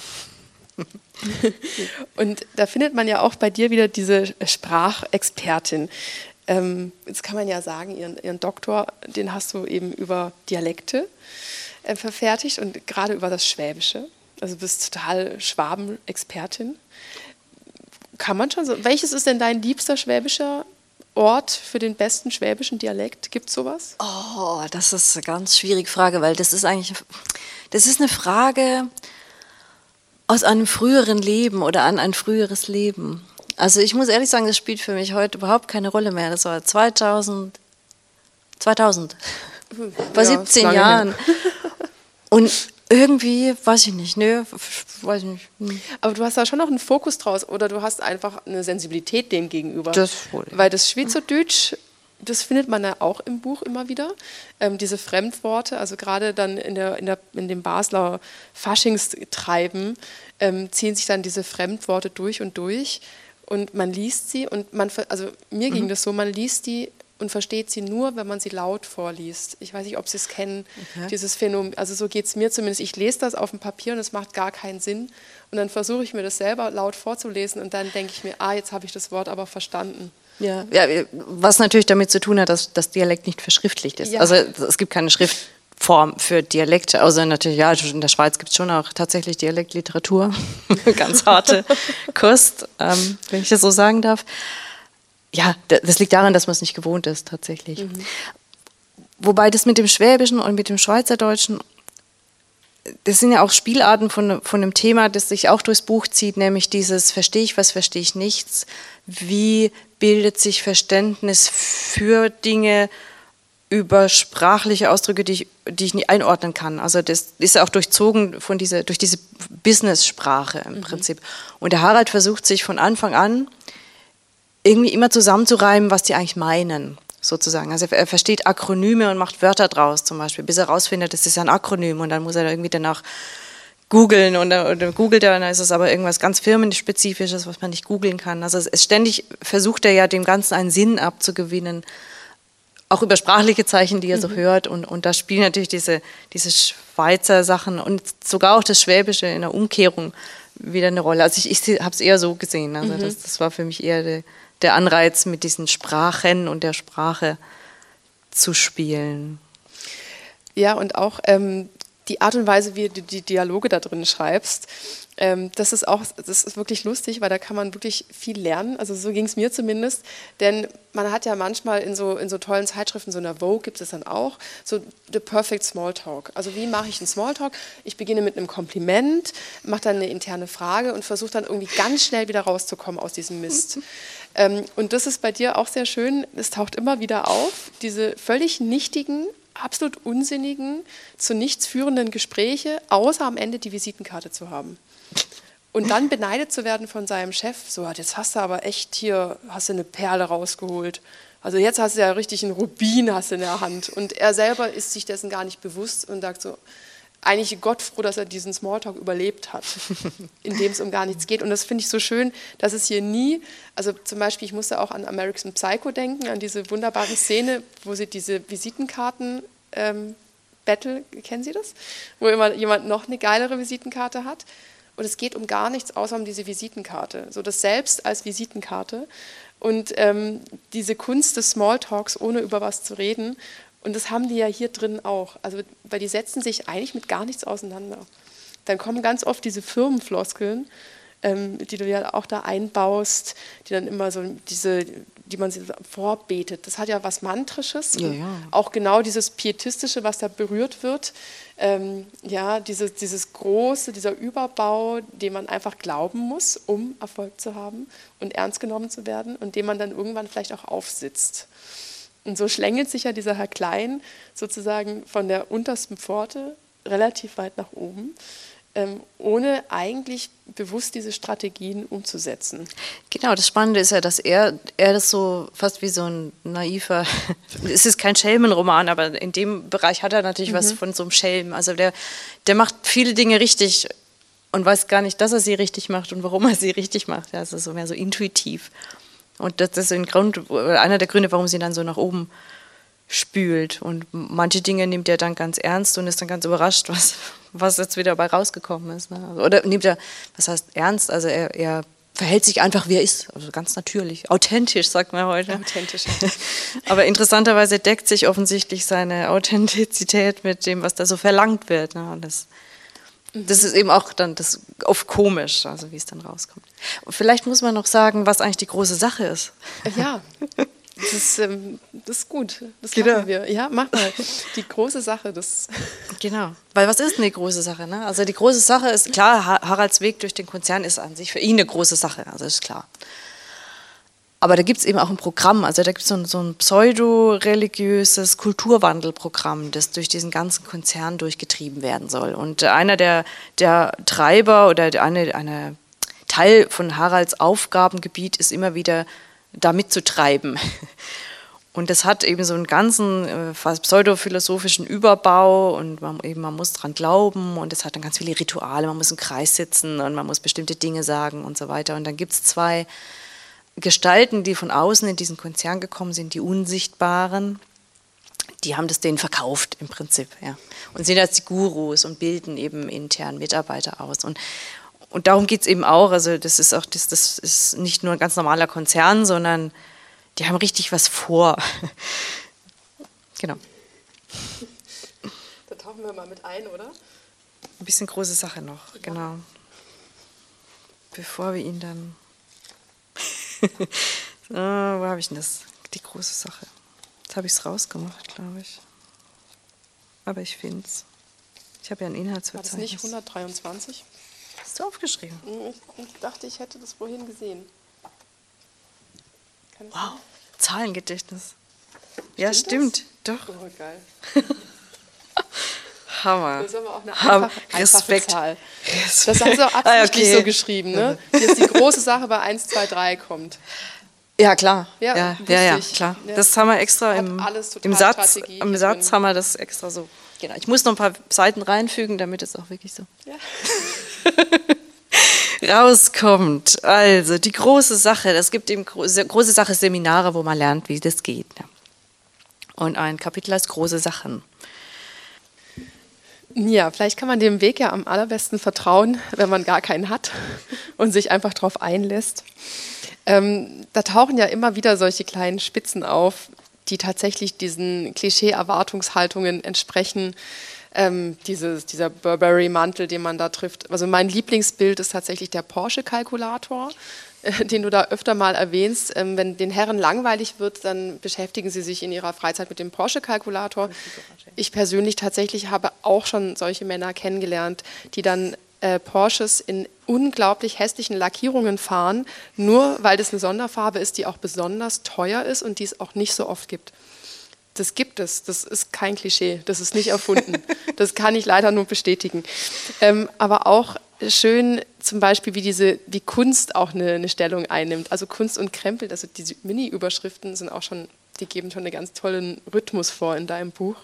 Und da findet man ja auch bei dir wieder diese Sprachexpertin. Jetzt kann man ja sagen, ihren Doktor, den hast du eben über Dialekte verfertigt und gerade über das Schwäbische. Also du bist total Schwaben-Expertin. Kann man schon so. Welches ist denn dein liebster schwäbischer Ort für den besten schwäbischen Dialekt? Gibt es sowas?
Oh, das ist eine ganz schwierige Frage, weil das ist eine Frage aus einem früheren Leben oder an ein früheres Leben. Also ich muss ehrlich sagen, das spielt für mich heute überhaupt keine Rolle mehr. Das war 2000, vor 17 Jahren. Und Irgendwie, weiß ich nicht, ne, weiß ich nicht.
Aber du hast da schon noch einen Fokus draus oder du hast einfach eine Sensibilität dem gegenüber.
Das wohl.
Weil das Schweizerdeutsch, das findet man ja auch im Buch immer wieder. Diese Fremdworte, also gerade dann in dem Basler Faschingstreiben ziehen sich dann diese Fremdworte durch und man liest sie und also mir ging das so, man liest die und versteht sie nur, wenn man sie laut vorliest. Ich weiß nicht, ob Sie es kennen, dieses Phänomen. Also so geht es mir zumindest. Ich lese das auf dem Papier und es macht gar keinen Sinn. Und dann versuche ich mir das selber laut vorzulesen und dann denke ich mir, jetzt habe ich das Wort aber verstanden.
Ja, was natürlich damit zu tun hat, dass das Dialekt nicht verschriftlicht ist. Ja. Also es gibt keine Schriftform für Dialekte, außer natürlich, ja, in der Schweiz gibt es schon auch tatsächlich Dialektliteratur. Ganz harte Kost, wenn ich das so sagen darf. Ja, das liegt daran, dass man es nicht gewohnt ist, tatsächlich. Wobei das mit dem Schwäbischen und mit dem Schweizerdeutschen, das sind ja auch Spielarten von einem Thema, das sich auch durchs Buch zieht, nämlich dieses verstehe ich was, verstehe ich nichts. Wie bildet sich Verständnis für Dinge über sprachliche Ausdrücke, die ich nicht einordnen kann. Also das ist ja auch durchzogen durch diese Business-Sprache im Prinzip. Und der Harald versucht sich von Anfang an irgendwie immer zusammenzureimen, was die eigentlich meinen, sozusagen. Also er versteht Akronyme und macht Wörter draus zum Beispiel, bis er rausfindet, das ist ja ein Akronym und dann muss er irgendwie danach googeln und dann googelt er und dann ist es aber irgendwas ganz firmenspezifisches, was man nicht googeln kann. Also ständig versucht er ja dem Ganzen einen Sinn abzugewinnen, auch über sprachliche Zeichen, die er so hört und da spielen natürlich diese Schweizer Sachen und sogar auch das Schwäbische in der Umkehrung wieder eine Rolle. Also ich habe es eher so gesehen, also das war für mich eher der Anreiz, mit diesen Sprachen und der Sprache zu spielen.
Ja, und auch die Art und Weise, wie du die Dialoge da drin schreibst, das ist wirklich lustig, weil da kann man wirklich viel lernen. Also so ging es mir zumindest, denn man hat ja manchmal in so tollen Zeitschriften, so in der Vogue gibt es dann auch, so the perfect Smalltalk. Also wie mache ich einen Smalltalk? Ich beginne mit einem Kompliment, mache dann eine interne Frage und versuche dann irgendwie ganz schnell wieder rauszukommen aus diesem Mist. Und das ist bei dir auch sehr schön, es taucht immer wieder auf, diese völlig nichtigen, absolut unsinnigen, zu nichts führenden Gespräche, außer am Ende die Visitenkarte zu haben. Und dann beneidet zu werden von seinem Chef, so, jetzt hast du aber echt hier, hast du eine Perle rausgeholt. Also jetzt hast du ja richtig einen Rubin hast du in der Hand. Und er selber ist sich dessen gar nicht bewusst und sagt so, eigentlich Gott froh, dass er diesen Smalltalk überlebt hat, in dem es um gar nichts geht. Und das finde ich so schön, dass es hier nie, also zum Beispiel, ich musste auch an American Psycho denken, an diese wunderbare Szene, wo sie diese Visitenkarten Battle, kennen Sie das? Wo immer jemand noch eine geilere Visitenkarte hat. Und es geht um gar nichts, außer um diese Visitenkarte. So das Selbst als Visitenkarte. Und diese Kunst des Smalltalks, ohne über was zu reden. Und das haben die ja hier drin auch. Also, weil die setzen sich eigentlich mit gar nichts auseinander. Dann kommen ganz oft diese Firmenfloskeln, die du ja auch da einbaust, die dann immer so die man vorbetet. Das hat ja was Mantrisches.
Ja, ja.
Auch genau dieses Pietistische, was da berührt wird. Dieses Große, dieser Überbau, den man einfach glauben muss, um Erfolg zu haben und ernst genommen zu werden und dem man dann irgendwann vielleicht auch aufsitzt. Und so schlängelt sich ja dieser Herr Klein sozusagen von der untersten Pforte relativ weit nach oben, ohne eigentlich bewusst diese Strategien umzusetzen.
Genau, das Spannende ist ja, dass er das so fast wie so ein naiver, es ist kein Schelmenroman, aber in dem Bereich hat er natürlich was von so einem Schelm. Also der macht viele Dinge richtig und weiß gar nicht, dass er sie richtig macht und warum er sie richtig macht. Ja, es ist so mehr so intuitiv. Und das ist einer der Gründe, warum sie dann so nach oben spült. Und manche Dinge nimmt er dann ganz ernst und ist dann ganz überrascht, was jetzt wieder dabei rausgekommen ist. Ne? Oder nimmt er, was heißt ernst? Also er verhält sich einfach, wie er ist. Also ganz natürlich. Authentisch, sagt man heute.
Authentisch.
Aber interessanterweise deckt sich offensichtlich seine Authentizität mit dem, was da so verlangt wird. Ne? Und das ist eben auch dann das oft komisch, also wie es dann rauskommt. Und vielleicht muss man noch sagen, was eigentlich die große Sache ist.
Ja, das ist gut. Das machen wir. Ja, mach mal. Die große Sache.
Genau. Weil was ist denn die große Sache? Ne? Also die große Sache ist, klar, Haralds Weg durch den Konzern ist an sich für ihn eine große Sache. Also ist klar. Aber da gibt es eben auch ein Programm, also da gibt es so ein pseudo-religiöses Kulturwandelprogramm, das durch diesen ganzen Konzern durchgetrieben werden soll. Und einer der Treiber oder eine Teil von Haralds Aufgabengebiet ist immer wieder, da mitzutreiben. Und das hat eben so einen ganzen pseudophilosophischen Überbau und man muss dran glauben und es hat dann ganz viele Rituale, man muss im Kreis sitzen und man muss bestimmte Dinge sagen und so weiter. Und dann gibt es zwei Gestalten, die von außen in diesen Konzern gekommen sind, die Unsichtbaren, die haben das denen verkauft im Prinzip, ja. Und sind als die Gurus und bilden eben intern Mitarbeiter aus. Und darum geht es eben auch, also das ist nicht nur ein ganz normaler Konzern, sondern die haben richtig was vor. Genau.
Da tauchen wir mal mit ein, oder?
Ein bisschen große Sache noch, genau. Bevor wir ihn dann... wo habe ich denn das? Die große Sache. Jetzt habe ich es rausgemacht, glaube ich. Aber ich finde es. Ich habe ja ein Inhaltsverzeichnis.
War das nicht 123?
Hast du aufgeschrieben?
Ich dachte, ich hätte das vorhin gesehen.
Wow, Zahlengedächtnis. Ja, stimmt. Doch.
Oh, geil.
Hammer.
Das ist aber auch eine
Respekt.
Zahl. Das hast du auch absichtlich so geschrieben, ne? Wie jetzt die große Sache bei 1, 2, 3 kommt.
Ja, klar.
Ja,
klar.
Ja.
Das haben wir extra im Satz haben wir das extra so. Genau. Ich muss noch ein paar Seiten reinfügen, damit es auch wirklich so rauskommt. Also, die große Sache. Es gibt eben große Sache Seminare, wo man lernt, wie das geht. Und ein Kapitel heißt große Sachen.
Ja, vielleicht kann man dem Weg ja am allerbesten vertrauen, wenn man gar keinen hat und sich einfach darauf einlässt. Da tauchen ja immer wieder solche kleinen Spitzen auf, die tatsächlich diesen Klischee-Erwartungshaltungen entsprechen. Dieser Burberry-Mantel, den man da trifft. Also mein Lieblingsbild ist tatsächlich der Porsche-Kalkulator, den du da öfter mal erwähnst. Wenn den Herren langweilig wird, dann beschäftigen sie sich in ihrer Freizeit mit dem Porsche-Kalkulator. Ich persönlich tatsächlich habe auch schon solche Männer kennengelernt, die dann Porsches in unglaublich hässlichen Lackierungen fahren, nur weil das eine Sonderfarbe ist, die auch besonders teuer ist und die es auch nicht so oft gibt. Das gibt es, das ist kein Klischee, das ist nicht erfunden. Das kann ich leider nur bestätigen. Aber auch schön zum Beispiel, wie Kunst auch eine Stellung einnimmt. Also Kunst und Krempel, also diese Mini-Überschriften die geben schon einen ganz tollen Rhythmus vor in deinem Buch,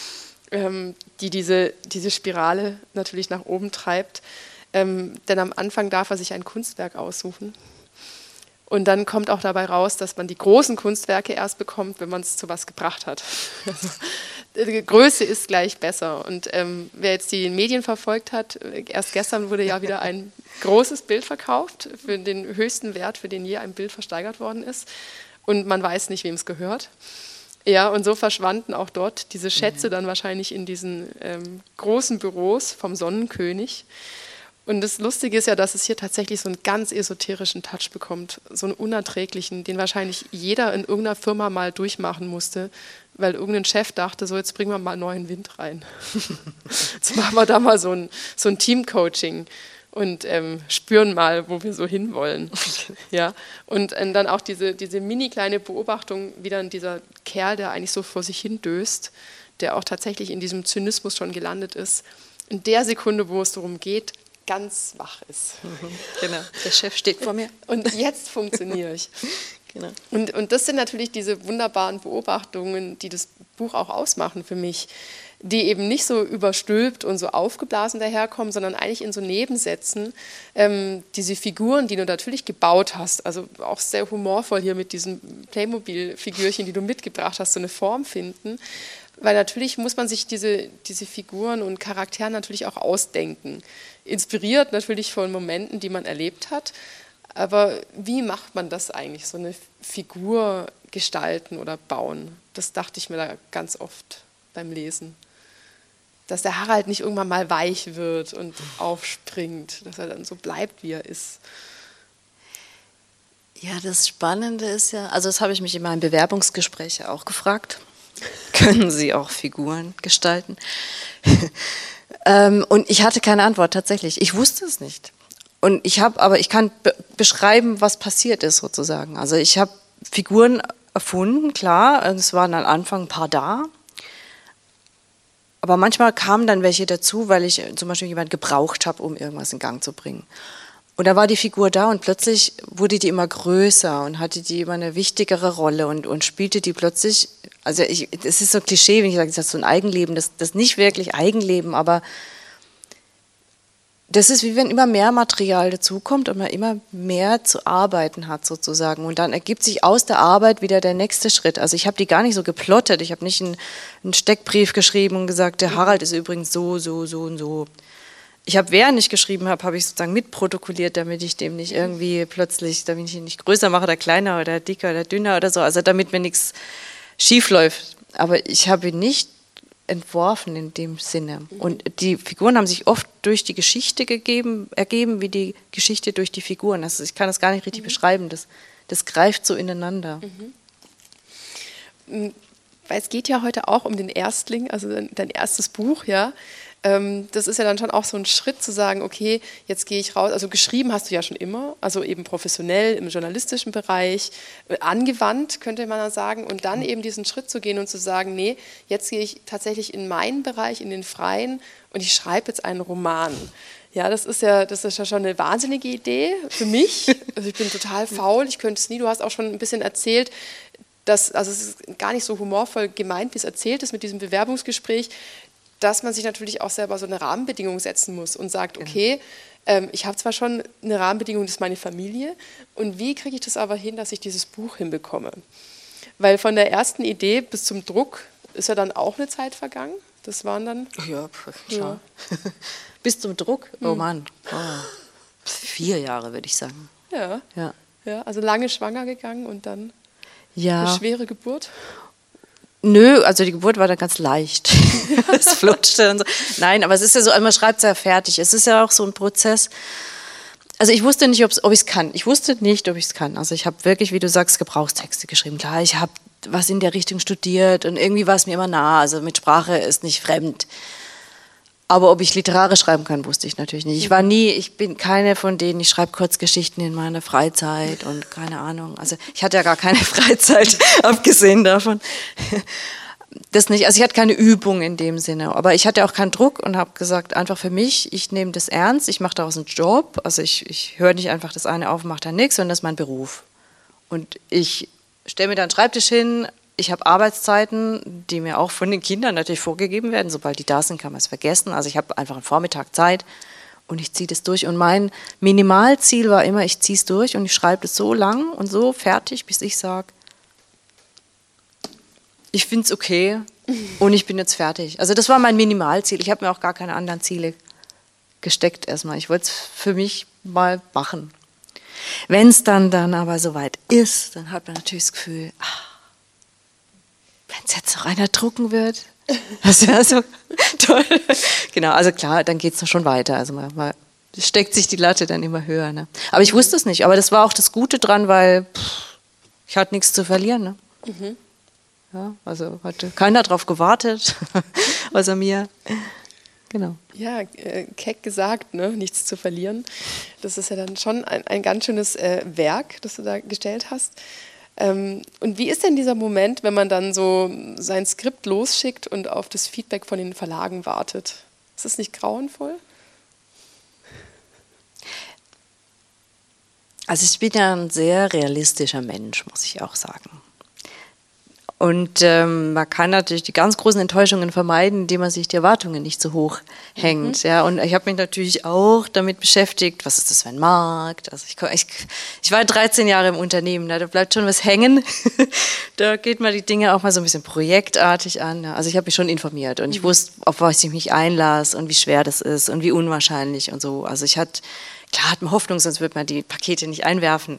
die diese Spirale natürlich nach oben treibt. Denn am Anfang darf er sich ein Kunstwerk aussuchen. Und dann kommt auch dabei raus, dass man die großen Kunstwerke erst bekommt, wenn man es zu was gebracht hat. Also, die Größe ist gleich besser. Und wer jetzt die Medien verfolgt hat, erst gestern wurde ja wieder ein großes Bild verkauft für den höchsten Wert, für den je ein Bild versteigert worden ist. Und man weiß nicht, wem es gehört. Ja, und so verschwanden auch dort diese Schätze dann wahrscheinlich in diesen großen Büros vom Sonnenkönig. Und das Lustige ist ja, dass es hier tatsächlich so einen ganz esoterischen Touch bekommt, so einen unerträglichen, den wahrscheinlich jeder in irgendeiner Firma mal durchmachen musste, weil irgendein Chef dachte, so jetzt bringen wir mal neuen Wind rein. Jetzt machen wir da mal so ein Teamcoaching und spüren mal, wo wir so hinwollen. Ja? Und dann auch diese mini kleine Beobachtung, wie dann dieser Kerl, der eigentlich so vor sich hin döst, der auch tatsächlich in diesem Zynismus schon gelandet ist, in der Sekunde, wo es darum geht, ganz wach ist.
Genau, der Chef steht vor mir.
Und jetzt funktioniere ich.
Genau.
Und das sind natürlich diese wunderbaren Beobachtungen, die das Buch auch ausmachen für mich, die eben nicht so überstülpt und so aufgeblasen daherkommen, sondern eigentlich in so Nebensätzen diese Figuren, die du natürlich gebaut hast, also auch sehr humorvoll hier mit diesen Playmobil-Figürchen, die du mitgebracht hast, so eine Form finden. Weil natürlich muss man sich diese Figuren und Charaktere natürlich auch ausdenken. Inspiriert natürlich von Momenten, die man erlebt hat. Aber wie macht man das eigentlich, so eine Figur gestalten oder bauen? Das dachte ich mir da ganz oft beim Lesen. Dass der Harald nicht irgendwann mal weich wird und aufspringt, dass er dann so bleibt, wie er ist.
Ja, das Spannende ist ja, also das habe ich mich in meinem Bewerbungsgespräch ja auch gefragt. Können Sie auch Figuren gestalten? Und ich hatte keine Antwort tatsächlich. Ich wusste es nicht. Und ich kann beschreiben, was passiert ist sozusagen. Also ich habe Figuren erfunden, klar. Es waren am Anfang ein paar da. Aber manchmal kamen dann welche dazu, weil ich zum Beispiel jemanden gebraucht habe, um irgendwas in Gang zu bringen. Und da war die Figur da und plötzlich wurde die immer größer und hatte die immer eine wichtigere Rolle und spielte die plötzlich, also es ist so ein Klischee, wenn ich sage, das ist so ein Eigenleben, das nicht wirklich Eigenleben, aber das ist wie wenn immer mehr Material dazukommt und man immer mehr zu arbeiten hat sozusagen. Und dann ergibt sich aus der Arbeit wieder der nächste Schritt. Also ich habe die gar nicht so geplottet. Ich habe nicht einen Steckbrief geschrieben und gesagt, der Harald ist übrigens so, so, so und so. Ich habe, während ich geschrieben habe, habe ich sozusagen mitprotokolliert, damit ich dem nicht irgendwie plötzlich, damit ich ihn nicht größer mache oder kleiner oder dicker oder dünner oder so. Also damit mir nichts schief läuft. Aber ich habe ihn nicht entworfen in dem Sinne. Und die Figuren haben sich oft durch die Geschichte ergeben, wie die Geschichte durch die Figuren. Also ich kann das gar nicht richtig beschreiben. Das greift so ineinander.
Weil es geht ja heute auch um den Erstling, also dein erstes Buch, ja. Das ist ja dann schon auch so ein Schritt zu sagen, okay, jetzt gehe ich raus. Also geschrieben hast du ja schon immer, also eben professionell im journalistischen Bereich, angewandt, könnte man dann sagen. Und dann eben diesen Schritt zu gehen und zu sagen, nee, jetzt gehe ich tatsächlich in meinen Bereich, in den Freien und ich schreibe jetzt einen Roman. Ja, das ist ja schon eine wahnsinnige Idee für mich. Also ich bin total faul, ich könnte es nie. Du hast auch schon ein bisschen erzählt, also es ist gar nicht so humorvoll gemeint, wie es erzählt ist mit diesem Bewerbungsgespräch, dass man sich natürlich auch selber so eine Rahmenbedingung setzen muss und sagt, okay, ich habe zwar schon eine Rahmenbedingung, das ist meine Familie, und wie kriege ich das aber hin, dass ich dieses Buch hinbekomme? Weil von der ersten Idee bis zum Druck ist ja dann auch eine Zeit vergangen. Das waren dann...
Ja, klar. Ja. Bis zum Druck? Oh Mann. Oh. 4 Jahre, würde ich sagen.
Ja. Also lange schwanger gegangen und dann
eine
schwere Geburt.
Nö, also die Geburt war dann ganz leicht. Es flutschte und so. Nein, aber es ist ja so, man schreibt es ja fertig. Es ist ja auch so ein Prozess. Also ich wusste nicht, ob ich es kann. Ich wusste nicht, ob ich es kann. Also ich habe wirklich, wie du sagst, Gebrauchstexte geschrieben. Klar, ich habe was in der Richtung studiert und irgendwie war es mir immer nah. Also mit Sprache ist nicht fremd. Aber ob ich literarisch schreiben kann, wusste ich natürlich nicht. Ich bin keine von denen, ich schreibe Kurzgeschichten in meiner Freizeit und keine Ahnung. Also ich hatte ja gar keine Freizeit, abgesehen davon. Das nicht, also ich hatte keine Übung in dem Sinne. Aber ich hatte auch keinen Druck und habe gesagt, einfach für mich, ich nehme das ernst, ich mache daraus einen Job. Also ich höre nicht einfach das eine auf und mache dann nichts, sondern das ist mein Beruf. Und ich stelle mir da einen Schreibtisch hin. Ich habe Arbeitszeiten, die mir auch von den Kindern natürlich vorgegeben werden. Sobald die da sind, kann man es vergessen. Also ich habe einfach einen Vormittag Zeit und ich ziehe das durch. Und mein Minimalziel war immer, ich ziehe es durch und ich schreibe das so lang und so fertig, bis ich sage, ich finde es okay und ich bin jetzt fertig. Also das war mein Minimalziel. Ich habe mir auch gar keine anderen Ziele gesteckt erstmal. Ich wollte es für mich mal machen. Wenn es dann aber soweit ist, dann hat man natürlich das Gefühl, wenn es jetzt noch einer drucken wird, das wäre so toll. Genau, also klar, dann geht es schon weiter. Also man steckt sich die Latte dann immer höher. Ne? Aber ich wusste es nicht. Aber das war auch das Gute dran, weil ich hatte nichts zu verlieren. Ne? Ja, also hatte keiner drauf gewartet, außer mir. Genau.
Ja, keck gesagt, ne? Nichts zu verlieren. Das ist ja dann schon ein ganz schönes Werk, das du da gestellt hast. Und wie ist denn dieser Moment, wenn man dann so sein Skript losschickt und auf das Feedback von den Verlagen wartet? Ist das nicht grauenvoll?
Also ich bin ja ein sehr realistischer Mensch, muss ich auch sagen. Und man kann natürlich die ganz großen Enttäuschungen vermeiden, indem man sich die Erwartungen nicht so hoch hängt. Ja. Und ich habe mich natürlich auch damit beschäftigt, was ist das für ein Markt? Also ich war 13 Jahre im Unternehmen, da bleibt schon was hängen. Da geht man die Dinge auch mal so ein bisschen projektartig an. Ja. Also ich habe mich schon informiert und ich wusste, auf was ich mich einlasse und wie schwer das ist und wie unwahrscheinlich und so. Also klar hat man Hoffnung, sonst würde man die Pakete nicht einwerfen.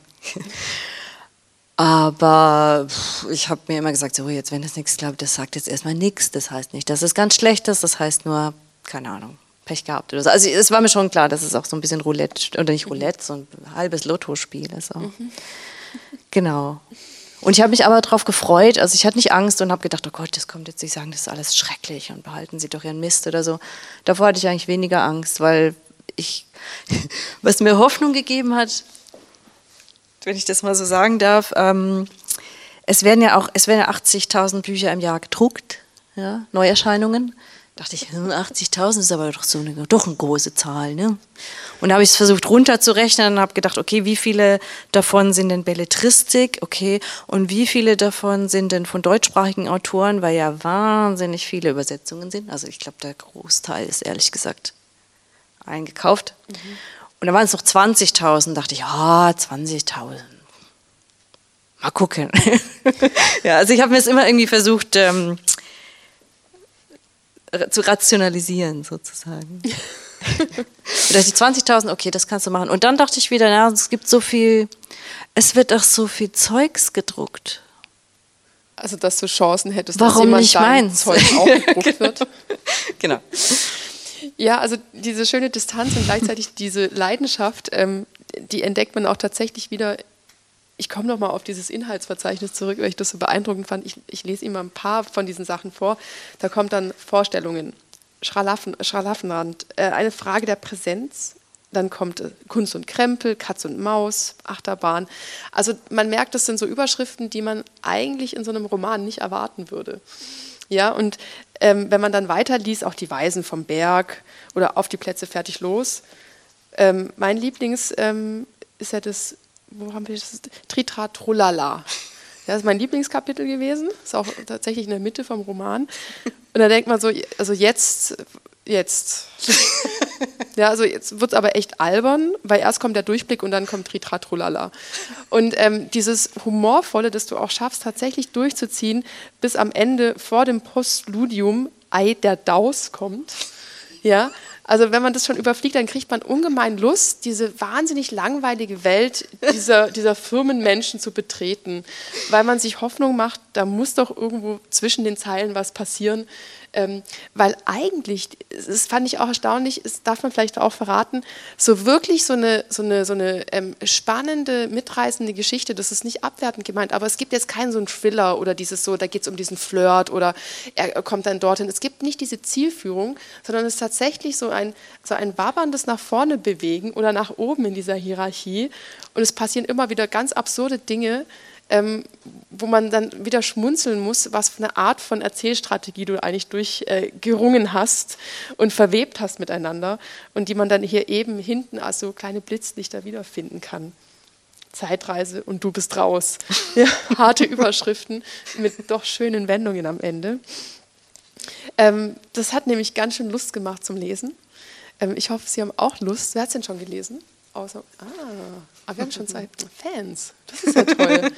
Aber ich habe mir immer gesagt, so jetzt, wenn das nichts klappt, das sagt jetzt erstmal nichts. Das heißt nicht, dass es ganz schlecht ist, das heißt nur, keine Ahnung, Pech gehabt oder so. Also es war mir schon klar, dass es auch so ein bisschen Roulette, oder nicht Roulette, so ein halbes Lottospiel ist auch. Genau. Und ich habe mich aber darauf gefreut, also ich hatte nicht Angst und habe gedacht, oh Gott, das kommt jetzt, Sie sagen, das ist alles schrecklich und behalten Sie doch Ihren Mist oder so. Davor hatte ich eigentlich weniger Angst, weil was mir Hoffnung gegeben hat, wenn ich das mal so sagen darf, es werden ja 80.000 Bücher im Jahr gedruckt, ja, Neuerscheinungen. Dachte ich, 80.000 ist aber doch eine große Zahl. Ne? Und da habe ich es versucht runterzurechnen und habe gedacht, okay, wie viele davon sind denn Belletristik, okay, und wie viele davon sind denn von deutschsprachigen Autoren, weil ja wahnsinnig viele Übersetzungen sind. Also ich glaube, der Großteil ist ehrlich gesagt eingekauft. Und da waren es noch 20.000, dachte ich, 20.000. Mal gucken. Ja, also ich habe mir es immer irgendwie versucht, zu rationalisieren sozusagen. Und da die 20.000, okay, das kannst du machen. Und dann dachte ich wieder, na, es wird auch so viel Zeugs gedruckt.
Also, dass du Chancen hättest,
warum
dass jemand
nicht
dein
meins?
Zeug auch gedruckt wird.
Genau.
Ja, also diese schöne Distanz und gleichzeitig diese Leidenschaft, die entdeckt man auch tatsächlich wieder. Ich komme nochmal auf dieses Inhaltsverzeichnis zurück, weil ich das so beeindruckend fand. Ich lese ihm mal ein paar von diesen Sachen vor. Da kommt dann Vorstellungen, Scharlaffenland, eine Frage der Präsenz. Dann kommt Kunst und Krempel, Katz und Maus, Achterbahn. Also man merkt, das sind so Überschriften, die man eigentlich in so einem Roman nicht erwarten würde. Ja, und wenn man dann weiterliest, auch die Weisen vom Berg oder Auf die Plätze, fertig, los. Mein Lieblings ist ja das, wo haben wir das? Tritra Trullala. Das ist mein Lieblingskapitel gewesen. Ist auch tatsächlich in der Mitte vom Roman. Und da denkt man so, also jetzt. Ja, also jetzt wird es aber echt albern, weil erst kommt der Durchblick und dann kommt Tritra Trullala. Und dieses Humorvolle, das du auch schaffst, tatsächlich durchzuziehen, bis am Ende vor dem Postludium Ei der Daus kommt. Ja, also wenn man das schon überfliegt, dann kriegt man ungemein Lust, diese wahnsinnig langweilige Welt dieser Firmenmenschen zu betreten, weil man sich Hoffnung macht, da muss doch irgendwo zwischen den Zeilen was passieren. Weil eigentlich, das fand ich auch erstaunlich, das darf man vielleicht auch verraten, so wirklich so eine spannende, mitreißende Geschichte, das ist nicht abwertend gemeint, aber es gibt jetzt keinen so einen Thriller oder dieses so, da geht es um diesen Flirt oder er kommt dann dorthin. Es gibt nicht diese Zielführung, sondern es ist tatsächlich so ein wabberndes nach vorne bewegen oder nach oben in dieser Hierarchie und es passieren immer wieder ganz absurde Dinge, wo man dann wieder schmunzeln muss, was für eine Art von Erzählstrategie du eigentlich durchgerungen hast und verwebt hast miteinander und die man dann hier eben hinten als so kleine Blitzlichter wiederfinden kann. Zeitreise und du bist raus. Ja, harte Überschriften mit doch schönen Wendungen am Ende. Das hat nämlich ganz schön Lust gemacht zum Lesen. Ich hoffe, Sie haben auch Lust. Wer hat es denn schon gelesen? Aber wir haben schon 2 Fans. Das ist ja toll.